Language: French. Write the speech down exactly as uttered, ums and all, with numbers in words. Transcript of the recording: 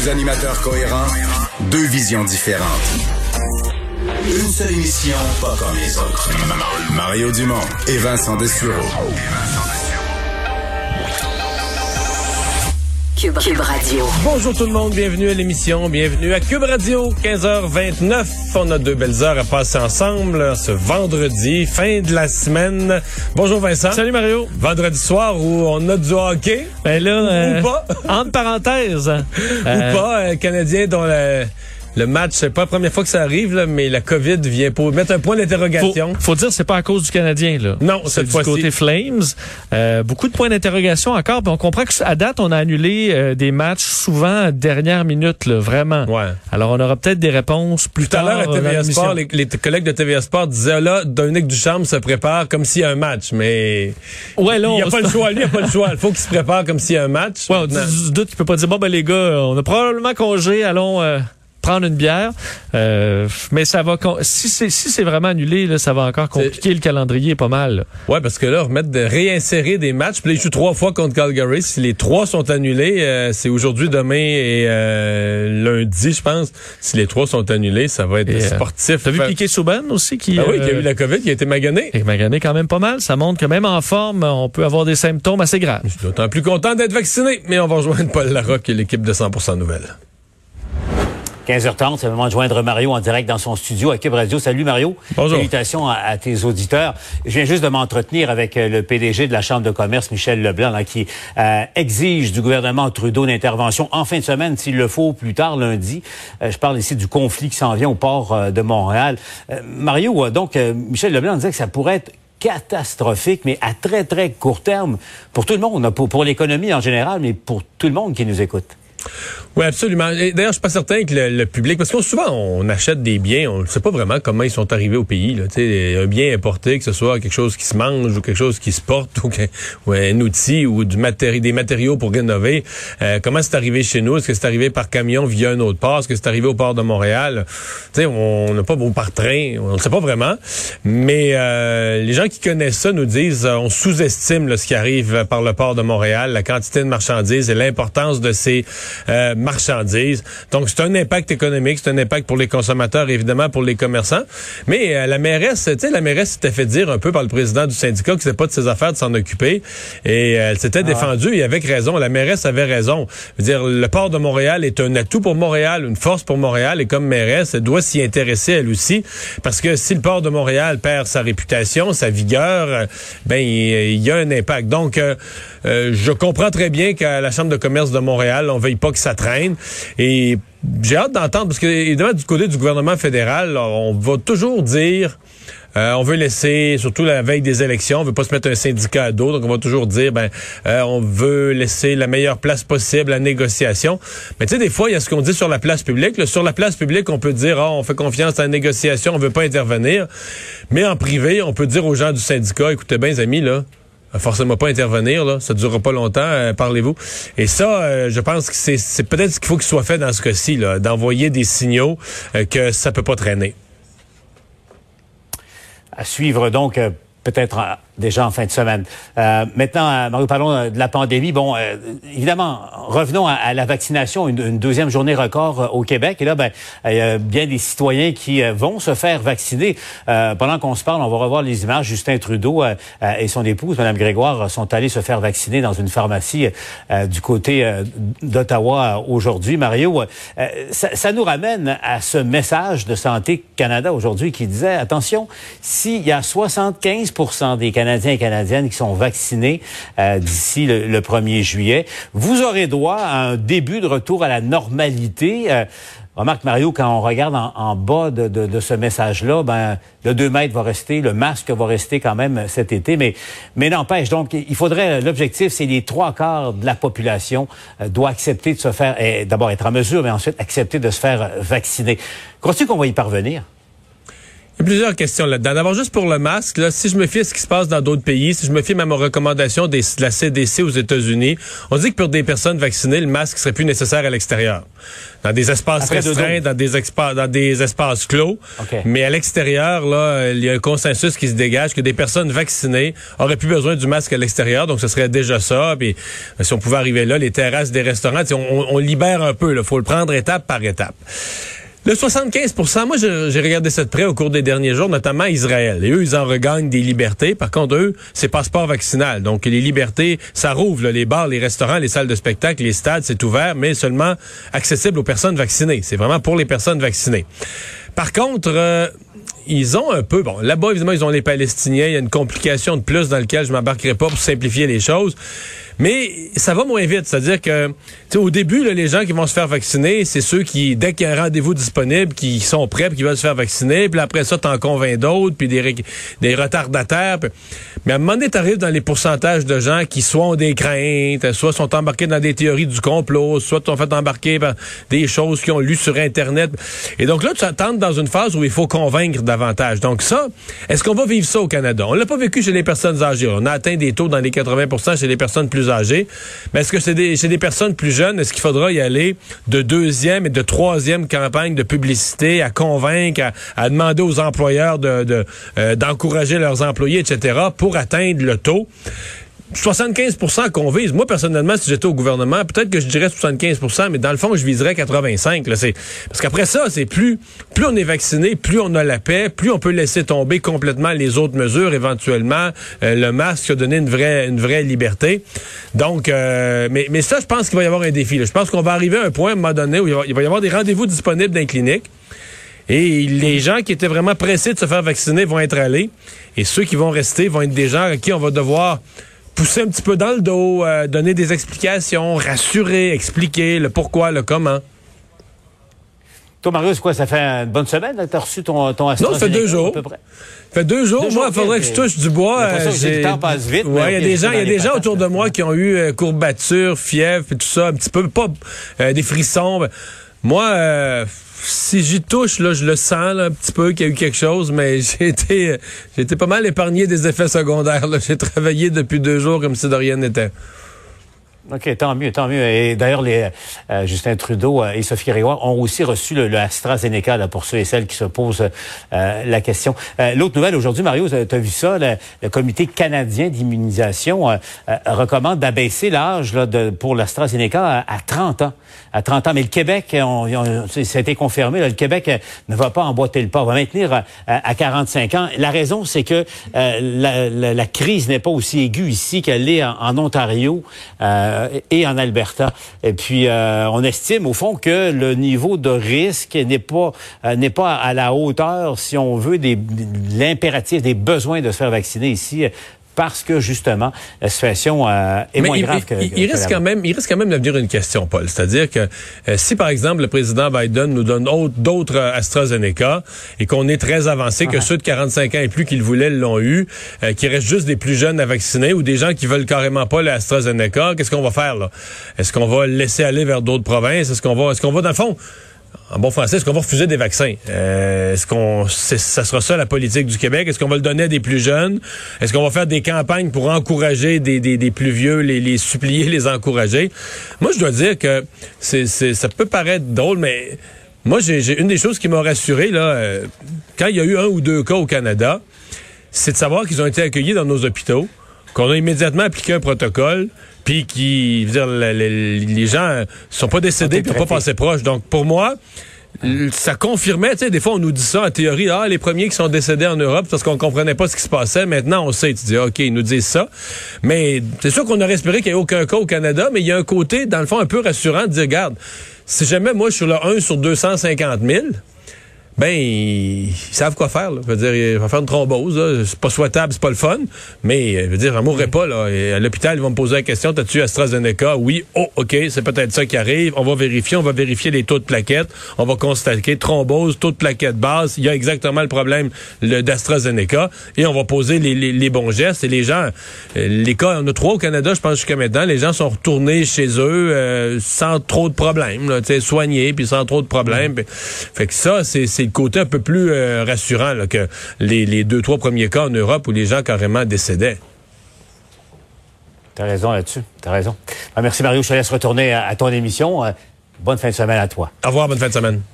Deux animateurs cohérents, deux visions différentes. Une seule émission, pas comme les autres. Mario Dumont et Vincent Dessureau. Cube, Cube Radio. Bonjour tout le monde, bienvenue à l'émission, bienvenue à Cube Radio, quinze heures vingt-neuf. On a deux belles heures à passer ensemble ce vendredi, fin de la semaine. Bonjour Vincent. Salut Mario. Vendredi soir où on a du hockey. Ben là, ou, euh, ou pas. Entre parenthèses. euh, ou pas, un Canadien dont le... Le match, c'est pas la première fois que ça arrive, là, mais la COVID vient pour mettre un point d'interrogation. Faut, faut dire, c'est pas à cause du Canadien, là. Non, c'est cette du fois-ci. côté Flames. Euh, beaucoup de points d'interrogation encore. Puis on comprend qu'à date, on a annulé euh, des matchs souvent à dernière minute, là, vraiment. Ouais. Alors, on aura peut-être des réponses plus Tout à tard. l'heure à T V A dans Sport, les, les collègues de T V A Sport disaient là, Dominique Ducharme se prépare comme s'il y a un match, mais Ouais, là, il n'y a on- pas le choix. Lui, il n'y a pas le choix. Il faut qu'il se prépare comme s'il y a un match. Ouais, on dit, Maintenant. du doute qu'il peut pas dire, bon, ben les gars, on a probablement congé, allons... Euh, prendre une bière, euh, mais ça va con- si c'est si c'est vraiment annulé là, ça va encore compliquer c'est... le calendrier pas mal. Là. Ouais, parce que là remettre de réinsérer des matchs, puis là, ils jouent trois fois contre Calgary. Si les trois sont annulés, euh, c'est aujourd'hui, demain et euh, lundi, je pense. Si les trois sont annulés, ça va être et, sportif. T'as vu Piquet Souban aussi qui ah oui, euh, qui a eu la COVID, qui a été magané. Et magané quand même pas mal. Ça montre que même en forme, on peut avoir des symptômes assez graves. Je suis d'autant plus content d'être vacciné, mais on va rejoindre Paul Larocque et l'équipe de cent pour cent Nouvelles. quinze heures trente, c'est le moment de joindre Mario en direct dans son studio à Cube Radio. Salut Mario. Bonjour. Salutations à, à tes auditeurs. Je viens juste de m'entretenir avec le P D G de la Chambre de commerce, Michel Leblanc, là, qui euh, exige du gouvernement Trudeau une intervention en fin de semaine, s'il le faut, plus tard, lundi. Euh, je parle ici du conflit qui s'en vient au port euh, de Montréal. Euh, Mario, donc, euh, Michel Leblanc disait que ça pourrait être catastrophique, mais à très, très court terme pour tout le monde, pour, pour l'économie en général, mais pour tout le monde qui nous écoute. Oui, absolument. Et d'ailleurs, je suis pas certain que le, le public, parce que souvent on achète des biens, on ne sait pas vraiment comment ils sont arrivés au pays. Là. Tu sais, un bien importé, que ce soit quelque chose qui se mange ou quelque chose qui se porte ou, que, ou un outil ou du matéri- des matériaux pour rénover. Euh, comment c'est arrivé chez nous? Est-ce que c'est arrivé par camion via un autre port? Est-ce que c'est arrivé au port de Montréal? Tu sais, on n'a pas beau par train, on ne sait pas vraiment. Mais euh, les gens qui connaissent ça nous disent, euh, on sous-estime là, ce qui arrive par le port de Montréal, la quantité de marchandises et l'importance de ces Euh, marchandises. Donc, c'est un impact économique, c'est un impact pour les consommateurs, évidemment, pour les commerçants. Mais euh, la mairesse, tu sais, la mairesse s'était fait dire un peu par le président du syndicat que c'était pas de ses affaires de s'en occuper. Et euh, elle s'était ah défendue, ouais. Et avec raison. La mairesse avait raison. Je veux dire, le port de Montréal est un atout pour Montréal, une force pour Montréal, et comme mairesse, elle doit s'y intéresser, elle aussi. Parce que si le port de Montréal perd sa réputation, sa vigueur, euh, ben, il, il y a un impact. Donc, euh, euh, je comprends très bien qu'à la Chambre de commerce de Montréal, on veille pas que ça traîne. Et j'ai hâte d'entendre, parce que évidemment, du côté du gouvernement fédéral, on va toujours dire... Euh, on veut laisser, surtout la veille des élections, on veut pas se mettre un syndicat à dos, donc on va toujours dire, ben, euh, on veut laisser la meilleure place possible à la négociation. Mais tu sais, des fois, il y a ce qu'on dit sur la place publique. Là, sur la place publique, on peut dire, oh, on fait confiance à la négociation, on veut pas intervenir. Mais en privé, on peut dire aux gens du syndicat, écoutez bien, les amis, là, forcément pas intervenir, là, ça durera pas longtemps, euh, parlez-vous. Et ça, euh, je pense que c'est, c'est peut-être ce qu'il faut qu'il soit fait dans ce cas-ci, là, d'envoyer des signaux euh, que ça peut pas traîner. À suivre donc euh, peut-être euh, déjà en fin de semaine. Euh, maintenant, euh, Mario, parlons euh, de la pandémie. Bon, euh, évidemment, revenons à, à la vaccination, une, une deuxième journée record euh, au Québec. Et là, ben, il y a bien des citoyens qui euh, vont se faire vacciner. Euh, pendant qu'on se parle, on va revoir les images. Justin Trudeau euh, euh, et son épouse, Mme Grégoire, sont allés se faire vacciner dans une pharmacie euh, du côté euh, d'Ottawa euh, aujourd'hui. Mario, euh, ça, ça nous ramène à ce message de Santé Canada aujourd'hui qui disait, attention, s'il y a soixante-quinze pour cent des Canadiens et Canadiennes qui sont vaccinés euh, d'ici le, le premier juillet, vous aurez droit à un début de retour à la normalité. Euh, remarque, Mario, quand on regarde en, en bas de, de, de ce message-là, ben le deux mètres va rester, le masque va rester quand même cet été, mais, mais n'empêche, donc, il faudrait, l'objectif, c'est les trois quarts de la population euh, doit accepter de se faire, eh, d'abord être en mesure, mais ensuite accepter de se faire vacciner. Crois-tu qu'on va y parvenir? Il y a plusieurs questions là-dedans. D'abord, juste pour le masque, là, si je me fie à ce qui se passe dans d'autres pays, si je me fie même aux recommandations des, de la C D C aux États-Unis, on dit que pour des personnes vaccinées, le masque serait plus nécessaire à l'extérieur. Dans des espaces Après restreints, dans des, expa- dans des espaces clos. Okay. Mais à l'extérieur, là, il y a un consensus qui se dégage que des personnes vaccinées auraient plus besoin du masque à l'extérieur. Donc, ce serait déjà ça. Puis, si on pouvait arriver là, les terrasses des restaurants, on, on libère un peu. Il faut le prendre étape par étape. Le soixante-quinze pour cent, moi, j'ai, j'ai regardé ça de près au cours des derniers jours, notamment Israël. Et eux, ils en regagnent des libertés. Par contre, eux, c'est passeport vaccinal. Donc, les libertés, ça rouvre, là, les bars, les restaurants, les salles de spectacle, les stades, c'est ouvert, mais seulement accessible aux personnes vaccinées. C'est vraiment pour les personnes vaccinées. Par contre, euh, ils ont un peu... Bon, là-bas, évidemment, ils ont les Palestiniens. Il y a une complication de plus dans laquelle je m'embarquerai pas pour simplifier les choses. Mais ça va moins vite. C'est-à-dire que, tu sais, au début, là, les gens qui vont se faire vacciner, c'est ceux qui, dès qu'il y a un rendez-vous disponible, qui sont prêts puis qui veulent se faire vacciner. Puis après ça, t'en convaincs d'autres, puis des, des retardataires. Puis... Mais à un moment donné, t'arrives dans les pourcentages de gens qui soit ont des craintes, soit sont embarqués dans des théories du complot, soit sont fait embarquer par des choses qu'ils ont lues sur Internet. Et donc là, tu t'entres dans une phase où il faut convaincre davantage. Donc ça, est-ce qu'on va vivre ça au Canada? On l'a pas vécu chez les personnes âgées. On a atteint des taux dans les quatre-vingts pour cent chez les personnes plus âgées. Mais est-ce que c'est des, chez des personnes plus jeunes, est-ce qu'il faudra y aller de deuxième et de troisième campagne de publicité à convaincre, à, à demander aux employeurs de, de, euh, d'encourager leurs employés, et cetera, pour atteindre le taux? soixante-quinze pour cent qu'on vise. Moi, personnellement, si j'étais au gouvernement, peut-être que je dirais soixante-quinze pour cent, mais dans le fond, je viserais quatre-vingt-cinq. Là, c'est... Parce qu'après ça, c'est plus, plus on est vacciné, plus on a la paix, plus on peut laisser tomber complètement les autres mesures, éventuellement. Euh, le masque a donné une vraie, une vraie liberté. Donc, euh, mais, mais ça, je pense qu'il va y avoir un défi. Là. Je pense qu'on va arriver à un point, à un moment donné, où il va, il va y avoir des rendez-vous disponibles dans les cliniques. Et les gens qui étaient vraiment pressés de se faire vacciner vont être allés. Et ceux qui vont rester vont être des gens à qui on va devoir pousser un petit peu dans le dos, euh, donner des explications, rassurer, expliquer le pourquoi, le comment. Toi, Mario, c'est quoi? Ça fait une bonne semaine que tu as reçu ton, ton AstraZeneca? Non, ça fait deux jours. À peu près. Ça fait deux jours. Deux moi, il faudrait que je touche du bois. Euh, j'ai... Le temps passe vite. Ouais, il y a des gens, il y a des gens autour de moi qui ont eu euh, courbatures, fièvre, et tout ça, un petit peu, pas euh, des frissons. Ben, moi, euh, si j'y touche, là, je le sens là, un petit peu qu'il y a eu quelque chose, mais j'ai été, j'ai été pas mal épargné des effets secondaires. Là. J'ai travaillé depuis deux jours comme si de rien n'était. OK, tant mieux, tant mieux. Et d'ailleurs, les euh, Justin Trudeau euh, et Sophie Grégoire ont aussi reçu le, le AstraZeneca là, pour ceux et celles qui se posent euh, la question. Euh, l'autre nouvelle aujourd'hui, Mario, tu as vu ça, le, le Comité canadien d'immunisation euh, euh, recommande d'abaisser l'âge là, de, pour l'AstraZeneca à, à trente ans. À trente ans. Mais le Québec, on, on, ça a été confirmé, là, le Québec euh, ne va pas emboîter le pas, on va maintenir à, à quarante-cinq ans. La raison, c'est que euh, la, la, la crise n'est pas aussi aiguë ici qu'elle l'est en, en Ontario euh, et en Alberta. Et puis, euh, on estime, au fond, que le niveau de risque n'est pas euh, n'est pas à la hauteur, si on veut, des, de l'impératif, des besoins de se faire vacciner ici. Parce que, justement, la situation euh, est Mais moins il, grave il, que... Il, que il risque quand même, il risque quand même d'avenir une question, Paul. C'est-à-dire que euh, si, par exemple, le président Biden nous donne autre, d'autres euh, AstraZeneca et qu'on est très avancé, que uh-huh. ceux de quarante-cinq ans et plus qui le voulaient l'ont eu, euh, qu'il reste juste des plus jeunes à vacciner ou des gens qui veulent carrément pas l'AstraZeneca, qu'est-ce qu'on va faire, là? Est-ce qu'on va le laisser aller vers d'autres provinces? Est-ce qu'on va, est-ce qu'on va, dans le fond... En bon français, est-ce qu'on va refuser des vaccins? Euh, est-ce qu'on, c'est, ça sera ça la politique du Québec? Est-ce qu'on va le donner à des plus jeunes? Est-ce qu'on va faire des campagnes pour encourager des, des, des plus vieux, les, les supplier, les encourager? Moi, je dois dire que c'est, c'est, ça peut paraître drôle, mais moi, j'ai, j'ai une des choses qui m'a rassuré, là, euh, quand il y a eu un ou deux cas au Canada, c'est de savoir qu'ils ont été accueillis dans nos hôpitaux, qu'on a immédiatement appliqué un protocole, puis qui, je veux dire, les, les, les gens sont pas décédés, puis n'ont pas passé proche. Donc, pour moi, ça confirmait, tu sais, des fois, on nous dit ça en théorie, ah, les premiers qui sont décédés en Europe, parce qu'on comprenait pas ce qui se passait. Maintenant, on sait, tu dis, OK, ils nous disent ça. Mais c'est sûr qu'on aurait espéré qu'il n'y ait aucun cas au Canada, mais il y a un côté, dans le fond, un peu rassurant de dire, regarde, si jamais moi, je suis le un sur deux cent cinquante mille, ben, ils savent quoi faire, là. Je veux dire, ils vont faire une thrombose, là. C'est pas souhaitable, c'est pas le fun, mais, je veux dire, j'en mourrai pas, là. Et à l'hôpital, ils vont me poser la question, t'as-tu AstraZeneca? Oui. Oh, OK, c'est peut-être ça qui arrive. On va vérifier, on va vérifier les taux de plaquettes. On va constater thrombose, taux de plaquettes basse. Il y a exactement le problème le, d'AstraZeneca. Et on va poser les, les, les bons gestes. Et les gens, les cas, on a trois au Canada, je pense, jusqu'à maintenant. Les gens sont retournés chez eux, euh, sans trop de problèmes, là. Tu sais, soignés, puis sans trop de problèmes. Mmh. Fait que ça, c'est, c'est c'est le côté un peu plus euh, rassurant là, que les, les deux, trois premiers cas en Europe où les gens carrément décédaient. T'as raison là-dessus. T'as raison. Ben, merci Mario. Je te laisse retourner à, à ton émission. Euh, bonne fin de semaine à toi. Au revoir, bonne fin de semaine.